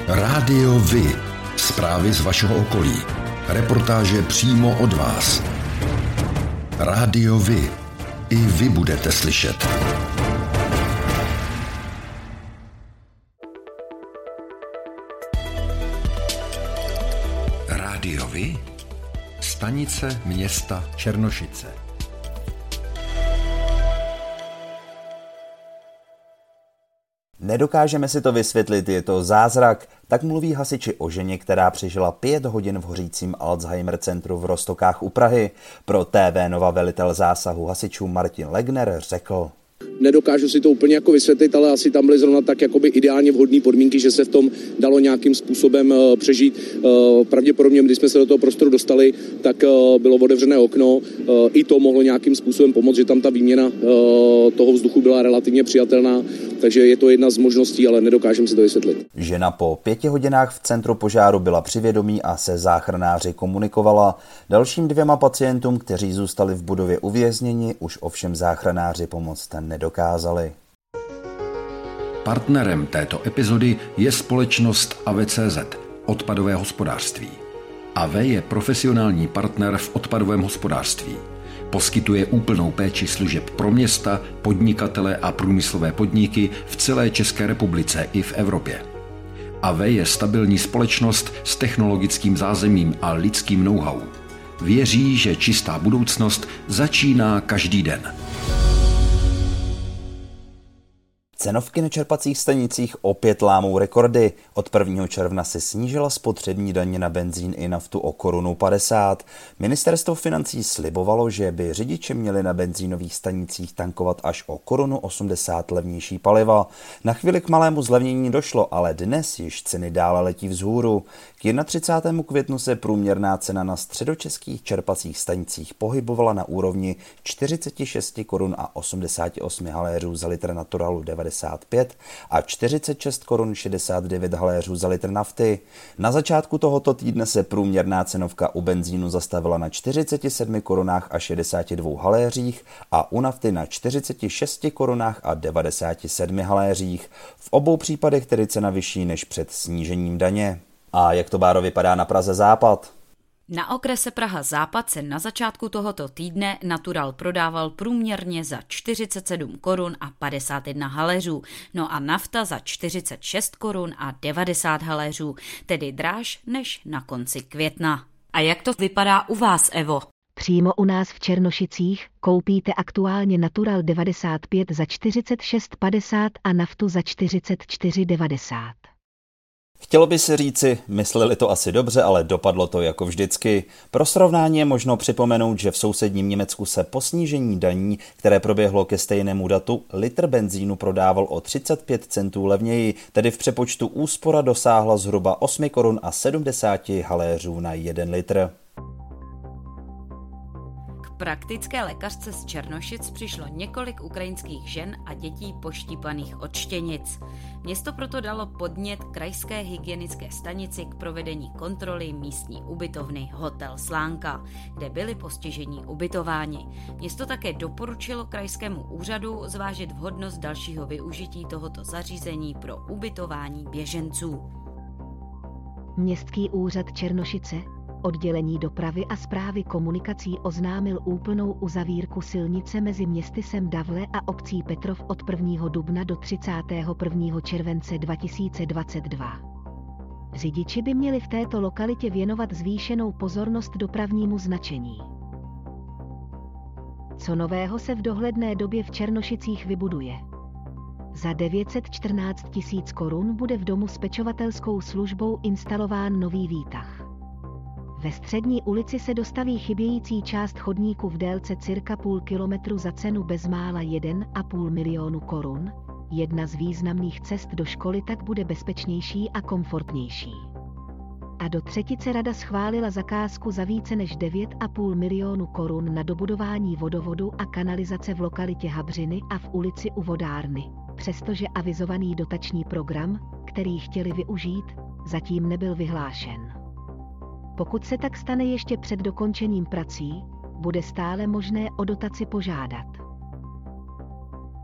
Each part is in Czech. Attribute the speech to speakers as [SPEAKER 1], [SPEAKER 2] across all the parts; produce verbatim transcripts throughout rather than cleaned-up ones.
[SPEAKER 1] Rádio Vy. Zprávy z vašeho okolí. Reportáže přímo od vás. Rádio Vy. I vy budete slyšet. Rádio Vy. Stanice města Černošice.
[SPEAKER 2] Nedokážeme si to vysvětlit, je to zázrak, tak mluví hasiči o ženě, která přežila pět hodin v hořícím Alzheimer centru v Roztokách u Prahy. Pro T V Nova velitel zásahu hasičů Martin Legner řekl:
[SPEAKER 3] Nedokážu si to úplně jako vysvětlit, ale asi tam byly zrovna tak jakoby ideálně vhodné podmínky, že se v tom dalo nějakým způsobem uh, přežít. Uh, pravděpodobně, když jsme se do toho prostoru dostali, tak uh, bylo otevřené okno. Uh, I to mohlo nějakým způsobem pomoct, že tam ta výměna uh, toho vzduchu byla relativně přijatelná, takže je to jedna z možností, ale nedokážem si to vysvětlit.
[SPEAKER 2] Žena po pěti hodinách v centru požáru byla při vědomí a se záchranáři komunikovala. Dalším dvěma pacientům, kteří zůstali v budově uvězněni, už ovšem záchranáři pomoct nedokázali.
[SPEAKER 1] Partnerem této epizody je společnost A V tečka cé zet, odpadové hospodářství. A V je profesionální partner v odpadovém hospodářství. Poskytuje úplnou péči služeb pro města, podnikatele a průmyslové podniky v celé České republice i v Evropě. A V je stabilní společnost s technologickým zázemím a lidským know-how. Věří, že čistá budoucnost začíná každý den.
[SPEAKER 2] Cenovky na čerpacích stanicích opět lámou rekordy. Od prvního června se snížila spotřební daň na benzín i naftu o korunu padesát. Ministerstvo financí slibovalo, že by řidiči měli na benzínových stanicích tankovat až o korunu osmdesát levnější paliva. Na chvíli k malému zlevnění došlo, ale dnes již ceny dále letí vzhůru. K třicátému prvnímu květnu se průměrná cena na středočeských čerpacích stanicích pohybovala na úrovni čtyřicet šest korun a osmdesát osm haléřů za litr naturalu devadesát pět a čtyřicet šest korun šedesát devět haléřů za litr nafty. Na začátku tohoto týdne se průměrná cenovka u benzínu zastavila na čtyřicet sedm korunách a šedesáti dvou haléřích a u nafty na čtyřicet šest korunách a devadesáti sedmi haléřích. V obou případech tedy cena vyšší než před snížením daně. A jak to, Báro, vypadá na Praze Západ?
[SPEAKER 4] Na okrese Praha Západ se na začátku tohoto týdne natural prodával průměrně za čtyřicet sedm korun a padesát jedna haléřů, no a nafta za čtyřicet šest korun a devadesát haléřů, tedy dráž než na konci května. A jak to vypadá u vás, Evo?
[SPEAKER 5] Přímo u nás v Černošicích koupíte aktuálně natural devadesát pět za čtyřicet šest padesát a naftu za čtyřicet čtyři devadesát.
[SPEAKER 2] Chtělo by se říci, mysleli to asi dobře, ale dopadlo to jako vždycky. Pro srovnání je možno připomenout, že v sousedním Německu se po snížení daní, které proběhlo ke stejnému datu, litr benzínu prodával o třicet pět centů levněji, tedy v přepočtu úspora dosáhla zhruba osm korun a sedmdesát haléřů na jeden litr.
[SPEAKER 4] Praktické lékařce z Černošic přišlo několik ukrajinských žen a dětí poštípaných od štěnic. Město proto dalo podnět krajské hygienické stanici k provedení kontroly místní ubytovny Hotel Slánka, kde byli postižení ubytováni. Město také doporučilo krajskému úřadu zvážit vhodnost dalšího využití tohoto zařízení pro ubytování běženců.
[SPEAKER 5] Městský úřad Černošice, oddělení dopravy a správy komunikací oznámil úplnou uzavírku silnice mezi městy Semdavle a obcí Petrov od prvního dubna do třicátého prvního července dva tisíce dvacet dva. Řidiči by měli v této lokalitě věnovat zvýšenou pozornost dopravnímu značení. Co nového se v dohledné době v Černošicích vybuduje? Za devět set čtrnáct tisíc korun bude v domu s pečovatelskou službou instalován nový výtah. Ve Střední ulici se dostaví chybějící část chodníku v délce cirka půl kilometru za cenu bezmála jeden a půl milionu korun. Jedna z významných cest do školy tak bude bezpečnější a komfortnější. A do třetice rada schválila zakázku za více než devět a půl milionu korun na dobudování vodovodu a kanalizace v lokalitě Habřiny a v ulici u vodárny. Přestože avizovaný dotační program, který chtěli využít, zatím nebyl vyhlášen. Pokud se tak stane ještě před dokončením prací, bude stále možné o dotaci požádat.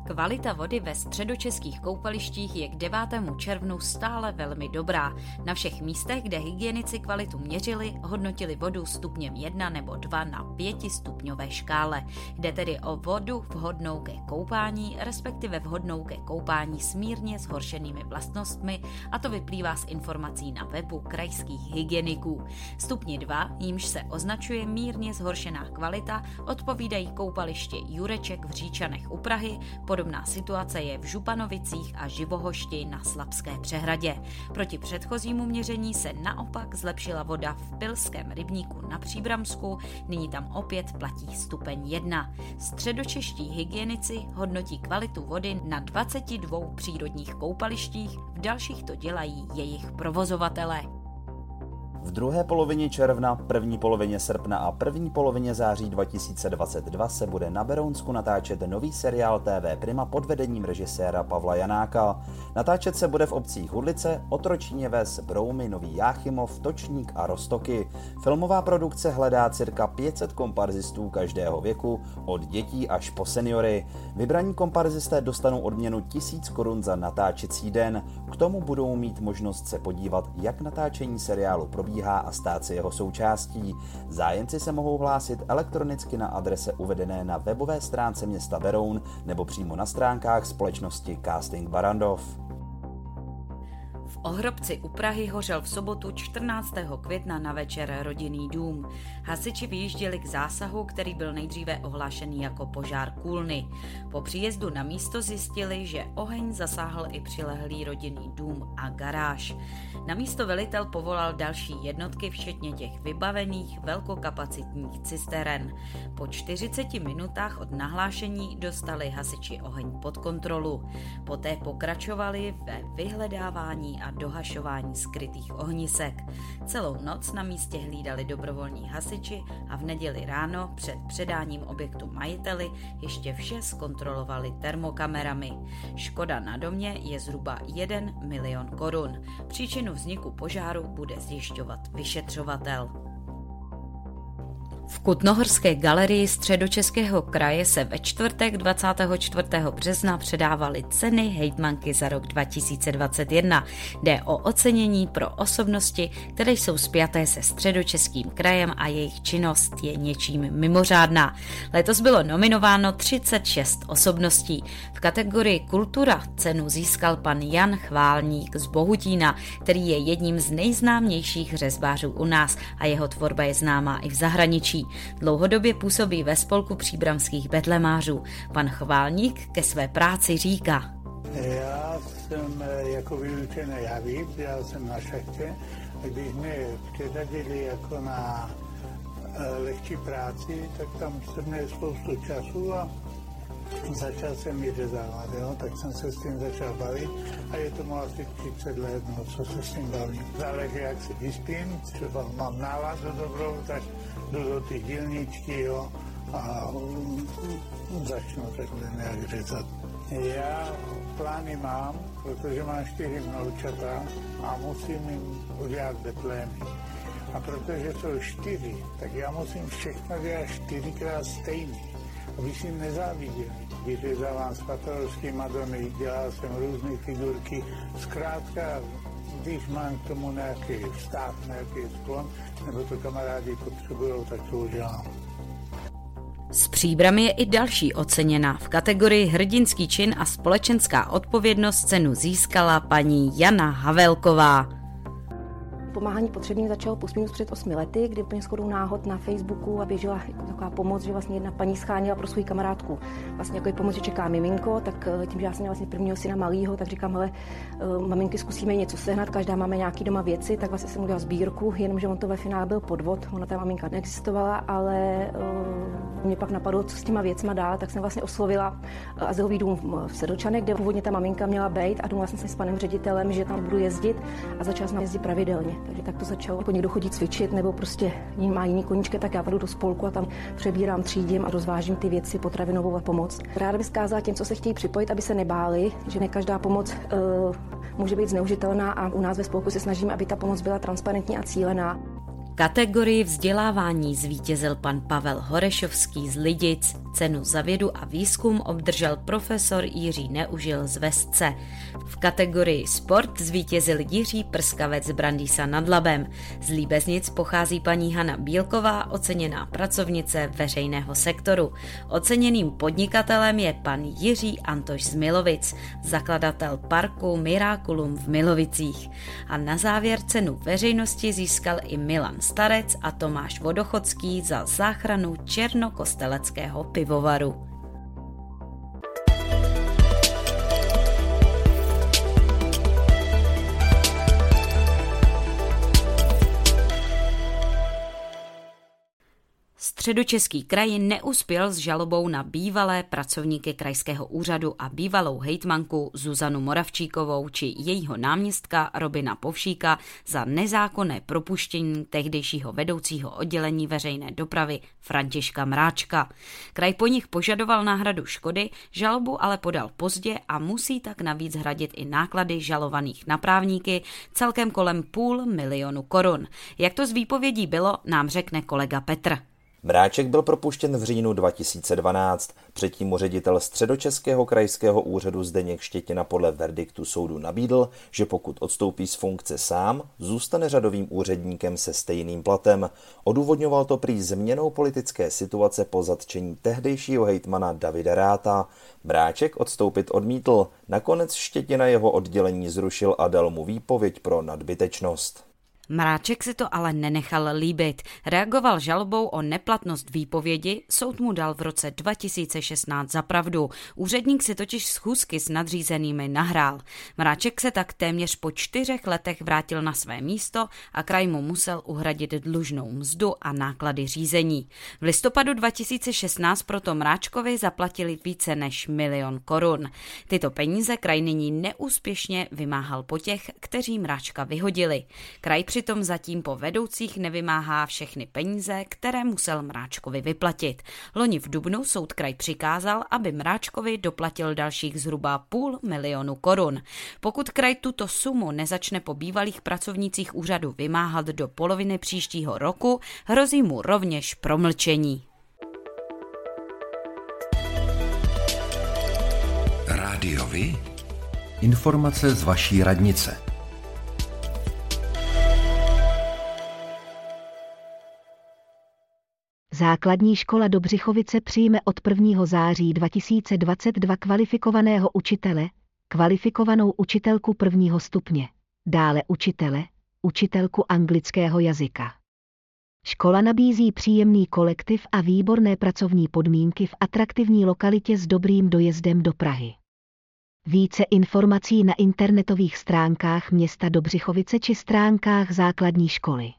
[SPEAKER 4] Kvalita vody ve středočeských koupalištích je k devátému červnu stále velmi dobrá. Na všech místech, kde hygienici kvalitu měřili, hodnotili vodu stupněm jedna nebo dva na pětistupňové škále. Jde tedy o vodu vhodnou ke koupání, respektive vhodnou ke koupání s mírně zhoršenými vlastnostmi, a to vyplývá z informací na webu krajských hygieniků. Stupni dva, jímž se označuje mírně zhoršená kvalita, odpovídají koupaliště Jureček v Říčanech u Prahy. Podobná situace je v Županovicích a Živohošti na Slabské Přehradě. Proti předchozímu měření se naopak zlepšila voda v Pilském rybníku na Příbramsku, nyní tam opět platí stupeň jedna. Středočeští hygienici hodnotí kvalitu vody na dvaceti dvou přírodních koupalištích, v dalších to dělají jejich provozovatelé.
[SPEAKER 2] V druhé polovině června, první polovině srpna a první polovině září dva tisíce dvacet dva se bude na Berounsku natáčet nový seriál T V Prima pod vedením režiséra Pavla Janáka. Natáčet se bude v obcích Hudlice, Otročíně Ves, Broumy, Nový Jáchymov, Točník a Roztoky. Filmová produkce hledá cirka pět set komparzistů každého věku, od dětí až po seniory. Vybraní komparzisté dostanou odměnu tisíc korun za natáčecí den. K tomu budou mít možnost se podívat, jak natáčení seriálu probíhá a stát se jeho součástí. Zájemci se mohou hlásit elektronicky na adrese uvedené na webové stránce města Beroun nebo přímo na stránkách společnosti Casting Barrandov.
[SPEAKER 4] V Ohrobci u Prahy hořel v sobotu čtrnáctého května na večer rodinný dům. Hasiči vyjížděli k zásahu, který byl nejdříve ohlášený jako požár kůlny. Po příjezdu na místo zjistili, že oheň zasáhl i přilehlý rodinný dům a garáž. Na místo velitel povolal další jednotky, včetně těch vybavených velkokapacitních cisteren. Po čtyřiceti minutách od nahlášení dostali hasiči oheň pod kontrolu. Poté pokračovali ve vyhledávání a dohašování skrytých ohnisek. Celou noc na místě hlídali dobrovolní hasiči a v neděli ráno před předáním objektu majiteli ještě vše zkontrolovali termokamerami. Škoda na domě je zhruba jeden milion korun. Příčinu vzniku požáru bude zjišťovat vyšetřovatel. V Kutnohorské galerii Středočeského kraje se ve čtvrtek dvacátého čtvrtého března předávaly ceny hejtmanky za rok dva tisíce dvacet jedna. Jde o ocenění pro osobnosti, které jsou spjaté se Středočeským krajem a jejich činnost je něčím mimořádná. Letos bylo nominováno třicet šest osobností. V kategorii Kultura cenu získal pan Jan Chválník z Bohutína, který je jedním z nejznámějších řezbářů u nás a jeho tvorba je známá i v zahraničí. Dlouhodobě působí ve spolku příbramských betlemářů. Pan Chválník ke své práci říká:
[SPEAKER 6] Já jsem jako vyučený javít, já jsem na šachtě, a když mě předadili jako na lehčí práci, tak tam jsem měl spoustu času a začal jsem ji řezávat, jo? Tak jsem se s tím začal bavit a je tomu asi třicet let, no, co se s tím bavím. Záleží, jak se vyspím, třeba mám náladu dobrou, tak jdu do ty dílničky, jo, a um, začnu takhle nějak řezat. Já plány mám, protože mám čtyři vnoučata a musím jim udělat betlémy. A protože jsou čtyři, tak já musím všechno dělat čtyřikrát stejný, aby si jim nezáviděli. Vyřezávám spatorovský Madony, dělal jsem různé figurky. Zkrátka, když mám k tomu nějaký vztah, nějaký sklon, nebo to kamarádi potřebují, tak to udělám.
[SPEAKER 4] Z Příbramy je i další oceněna. V kategorii Hrdinský čin a společenská odpovědnost cenu získala paní Jana Havelková.
[SPEAKER 7] Pomáhání potřebným začalo plus minus před osmi lety, kdy úplně shodou náhod na Facebooku a běžela jako taková pomoc, že vlastně jedna paní schánila pro svou kamarádku vlastně jako pomoc, že čeká miminko, tak tím, že já jsem měla vlastně prvního syna malýho, tak říkám, hele, maminky, zkusíme něco sehnat, každá máme nějaký doma věci, tak vlastně jsem udělala sbírku, jenomže on to ve finále byl podvod, ona ta maminka neexistovala, ale uh, mě pak napadlo, co s těma věcma dál, tak jsem vlastně oslovila azylový dům v Sedlčanech, kde původně ta maminka měla být a domluvila jsem se s panem ředitelem, že tam budu jezdit a začala jsem jezdit pravidelně. Takže tak to začalo, jako někdo chodí cvičit nebo prostě má jiný koníčky, tak já půjdu do spolku a tam přebírám, třídím a rozvážím ty věci, potravinovou a pomoc. Ráda bych zkázala těm, co se chtějí připojit, aby se nebáli, že ne každá pomoc uh, může být zneužitelná a u nás ve spolku se snažíme, aby ta pomoc byla transparentní a cílená.
[SPEAKER 4] kategorii vzdělávání zvítězil pan Pavel Horešovský z Lidic, cenu za vědu a výzkum obdržel profesor Jiří Neužil z Vesce. V kategorii sport zvítězil Jiří Prskavec z Brandýsa nad Labem. Z Líbeznic pochází paní Hana Bílková, oceněná pracovnice veřejného sektoru. Oceněným podnikatelem je pan Jiří Antoš z Milovic, zakladatel parku Miraculum v Milovicích. A na závěr cenu veřejnosti získal i Milan Starec a Tomáš Vodochodský za záchranu černokosteleckého pivovaru. Středočeský kraj neuspěl s žalobou na bývalé pracovníky krajského úřadu a bývalou hejtmanku Zuzanu Moravčíkovou či jejího náměstka Robina Povšíka za nezákonné propuštění tehdejšího vedoucího oddělení veřejné dopravy Františka Mráčka. Kraj po nich požadoval náhradu škody, žalobu ale podal pozdě a musí tak navíc hradit i náklady žalovaných na právníky, celkem kolem půl milionu korun. Jak to z výpovědí bylo, nám řekne kolega Petr.
[SPEAKER 2] Mráček byl propuštěn v říjnu dva tisíce dvanáct. Předtím mu ředitel Středočeského krajského úřadu Zdeněk Štětina podle verdiktu soudu nabídl, že pokud odstoupí z funkce sám, zůstane řadovým úředníkem se stejným platem. Odůvodňoval to prý změnou politické situace po zatčení tehdejšího hejtmana Davida Ráta. Mráček odstoupit odmítl. Nakonec Štětina jeho oddělení zrušil a dal mu výpověď pro nadbytečnost.
[SPEAKER 4] Mráček si to ale nenechal líbit. Reagoval žalobou o neplatnost výpovědi, soud mu dal v roce dva tisíce šestnáct za pravdu. Úředník si totiž schůzky s nadřízenými nahrál. Mráček se tak téměř po čtyřech letech vrátil na své místo a kraj mu musel uhradit dlužnou mzdu a náklady řízení. V listopadu dva tisíce šestnáct proto Mráčkovi zaplatili více než milion korun. Tyto peníze kraj nyní neúspěšně vymáhal po těch, kteří Mráčka vyhodili. Kraj Přitom zatím po vedoucích nevymáhá všechny peníze, které musel Mráčkovi vyplatit. Loni v dubnu soud kraj přikázal, aby Mráčkovi doplatil dalších zhruba půl milionu korun. Pokud kraj tuto sumu nezačne po bývalých pracovnících úřadu vymáhat do poloviny příštího roku, hrozí mu rovněž promlčení.
[SPEAKER 1] Rádiovi? Informace z vaší radnice.
[SPEAKER 5] Základní škola Dobřichovice přijme od prvního září dva tisíce dvacet dva kvalifikovaného učitele, kvalifikovanou učitelku prvního stupně, dále učitele, učitelku anglického jazyka. Škola nabízí příjemný kolektiv a výborné pracovní podmínky v atraktivní lokalitě s dobrým dojezdem do Prahy. Více informací na internetových stránkách města Dobřichovice či stránkách základní školy.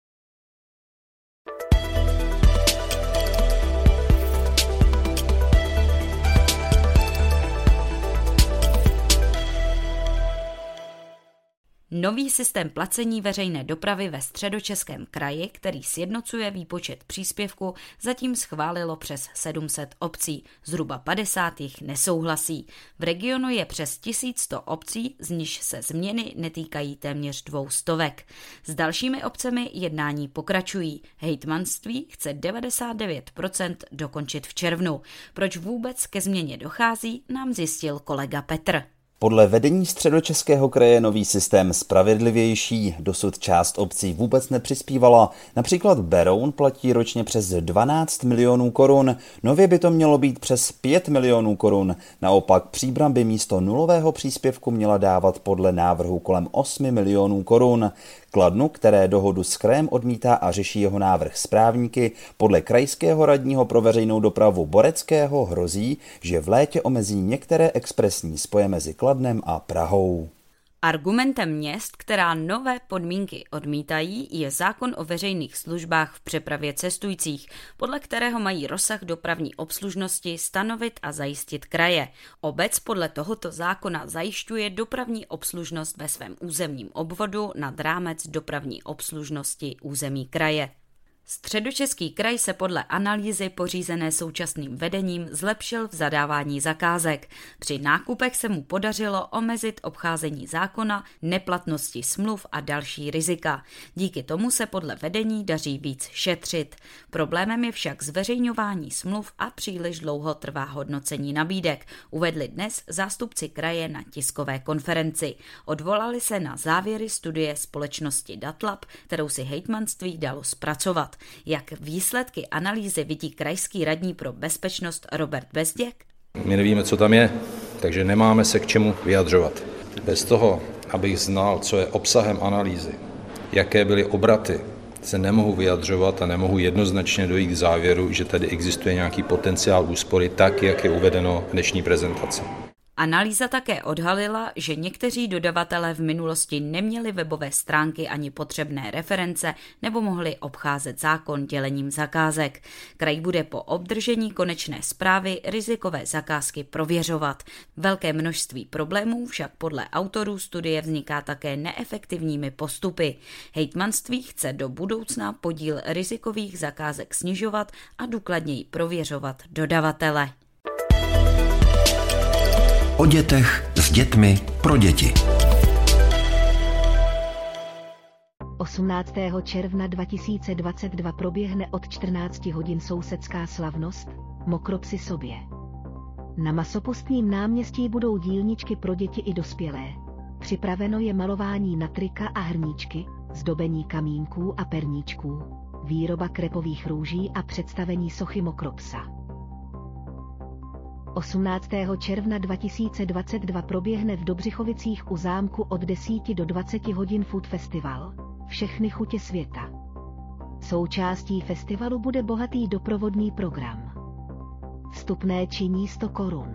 [SPEAKER 4] Nový systém placení veřejné dopravy ve Středočeském kraji, který sjednocuje výpočet příspěvku, zatím schválilo přes sedm set obcí, zhruba padesát jich nesouhlasí. V regionu je přes tisíc sto obcí, z nichž se změny netýkají téměř dvou stovek. S dalšími obcemi jednání pokračují. Hejtmanství chce devadesát devět procent dokončit v červnu. Proč vůbec ke změně dochází, nám zjistil kolega Petr.
[SPEAKER 2] Podle vedení Středočeského kraje nový systém spravedlivější, dosud část obcí vůbec nepřispívala. Například Beroun platí ročně přes dvanáct milionů korun, nově by to mělo být přes pět milionů korun. Naopak Příbram by místo nulového příspěvku měla dávat podle návrhu kolem osm milionů korun. Kladno, které dohodu s krajem odmítá a řeší jeho návrh s právníky, podle krajského radního pro veřejnou dopravu Boreckého hrozí, že v létě omezí některé expresní spoje mezi Kladnem a Prahou.
[SPEAKER 4] Argumentem měst, která nové podmínky odmítají, je zákon o veřejných službách v přepravě cestujících, podle kterého mají rozsah dopravní obslužnosti stanovit a zajistit kraje. Obec podle tohoto zákona zajišťuje dopravní obslužnost ve svém územním obvodu nad rámec dopravní obslužnosti území kraje. Středočeský kraj se podle analýzy pořízené současným vedením zlepšil v zadávání zakázek. Při nákupech se mu podařilo omezit obcházení zákona, neplatnosti smluv a další rizika. Díky tomu se podle vedení daří víc šetřit. Problémem je však zveřejňování smluv a příliš dlouho trvá hodnocení nabídek, uvedli dnes zástupci kraje na tiskové konferenci. Odvolali se na závěry studie společnosti Datlab, kterou si hejtmanství dalo zpracovat. Jak výsledky analýzy vidí krajský radní pro bezpečnost Robert Bezděk?
[SPEAKER 8] My nevíme, co tam je, takže nemáme se k čemu vyjadřovat. Bez toho, abych znal, co je obsahem analýzy, jaké byly obraty, se nemohu vyjadřovat a nemohu jednoznačně dojít k závěru, že tady existuje nějaký potenciál úspory tak, jak je uvedeno v dnešní prezentaci.
[SPEAKER 4] Analýza také odhalila, že někteří dodavatelé v minulosti neměli webové stránky ani potřebné reference nebo mohli obcházet zákon dělením zakázek. Kraj bude po obdržení konečné zprávy rizikové zakázky prověřovat. Velké množství problémů však podle autorů studie vzniká také neefektivními postupy. Hejtmanství chce do budoucna podíl rizikových zakázek snižovat a důkladněji prověřovat dodavatele.
[SPEAKER 1] O dětech s dětmi pro děti.
[SPEAKER 5] osmnáctého června dva tisíce dvacet dva proběhne od čtrnácti hodin sousedská slavnost Mokropsi sobě. Na Masopustním náměstí budou dílničky pro děti i dospělé. Připraveno je malování na trika a hrníčky, zdobení kamínků a perníčků, výroba krepových růží a představení sochy Mokropsa. osmnáctého června dva tisíce dvacet dva proběhne v Dobřichovicích u zámku od deseti do dvaceti hodin Food Festival. Všechny chutě světa. Součástí festivalu bude bohatý doprovodný program. Vstupné činí sto korun.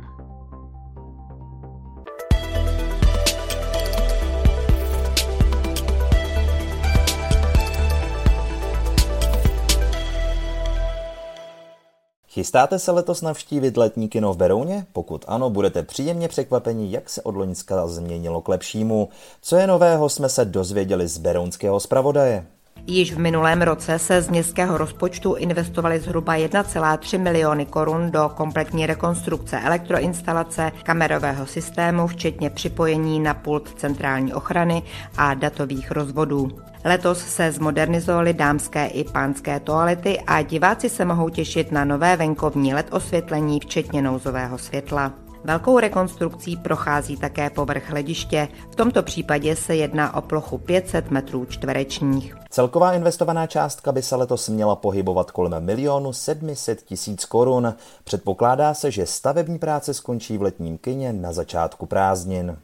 [SPEAKER 2] Chystáte se letos navštívit letní kino v Berouně? Pokud ano, budete příjemně překvapeni, jak se od loňska změnilo k lepšímu. Co je nového, jsme se dozvěděli z berounského zpravodaje.
[SPEAKER 9] Již v minulém roce se z městského rozpočtu investovali zhruba jedna celá tři miliony korun do kompletní rekonstrukce elektroinstalace, kamerového systému, včetně připojení na pult centrální ochrany a datových rozvodů. Letos se zmodernizovaly dámské i pánské toalety a diváci se mohou těšit na nové venkovní el é dé osvětlení, včetně nouzového světla. Velkou rekonstrukcí prochází také povrch hlediště. V tomto případě se jedná o plochu pět set metrů čtverečních.
[SPEAKER 2] Celková investovaná částka by se letos měla pohybovat kolem milionu sedm set tisíc korun. Předpokládá se, že stavební práce skončí v letním kině na začátku prázdnin.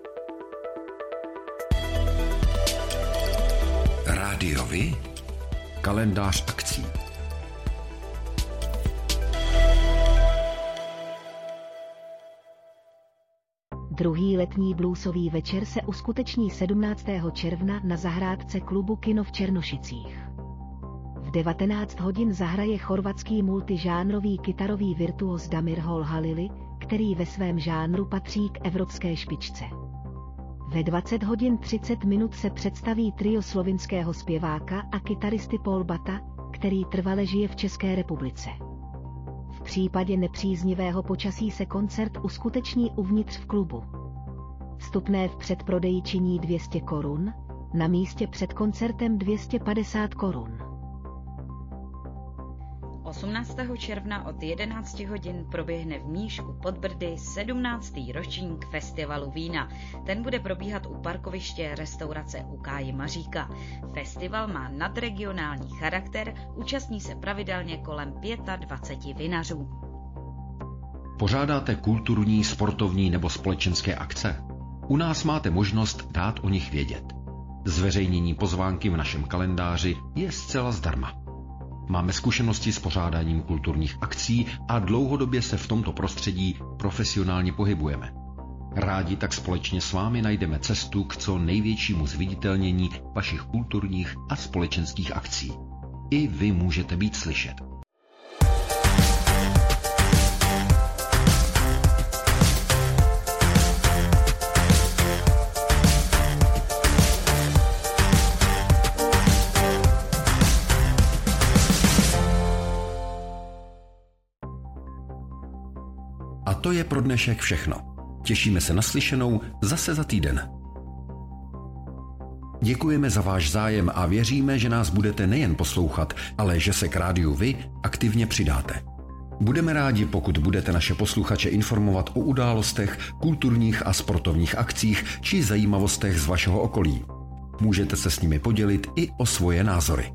[SPEAKER 1] Rádiovi? Kalendář akcí.
[SPEAKER 5] Druhý letní bluesový večer se uskuteční sedmnáctého června na zahrádce klubu Kino v Černošicích. V devatenáct hodin zahraje chorvatský multižánrový kytarový virtuos Damir Hol Halili, který ve svém žánru patří k evropské špičce. Ve dvacet hodin třicet minut se představí trio slovinského zpěváka a kytaristy Paul Bata, který trvale žije v České republice. V případě nepříznivého počasí se koncert uskuteční uvnitř v klubu. Vstupné v předprodeji činí dvě stě korun, na místě před koncertem dvě stě padesát korun.
[SPEAKER 4] osmnáctého června od jedenácti hodin proběhne v Mníšku pod Brdy sedmnáctý ročník festivalu vína. Ten bude probíhat u parkoviště restaurace U Káji Maříka. Festival má nadregionální charakter, účastní se pravidelně kolem dvacet pět vinařů.
[SPEAKER 1] Pořádáte kulturní, sportovní nebo společenské akce? U nás máte možnost dát o nich vědět. Zveřejnění pozvánky v našem kalendáři je zcela zdarma. Máme zkušenosti s pořádáním kulturních akcí a dlouhodobě se v tomto prostředí profesionálně pohybujeme. Rádi tak společně s vámi najdeme cestu k co největšímu zviditelnění vašich kulturních a společenských akcí. I vy můžete být slyšet. to je pro dnešek všechno. Těšíme se na slyšenou zase za týden. Děkujeme za váš zájem a věříme, že nás budete nejen poslouchat, ale že se k rádiu Vy aktivně přidáte. Budeme rádi, pokud budete naše posluchače informovat o událostech, kulturních a sportovních akcích či zajímavostech z vašeho okolí. Můžete se s nimi podělit i o svoje názory.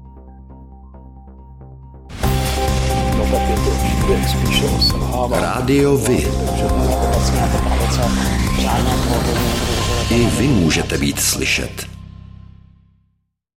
[SPEAKER 1] Rádio Vy. I vy můžete být slyšet.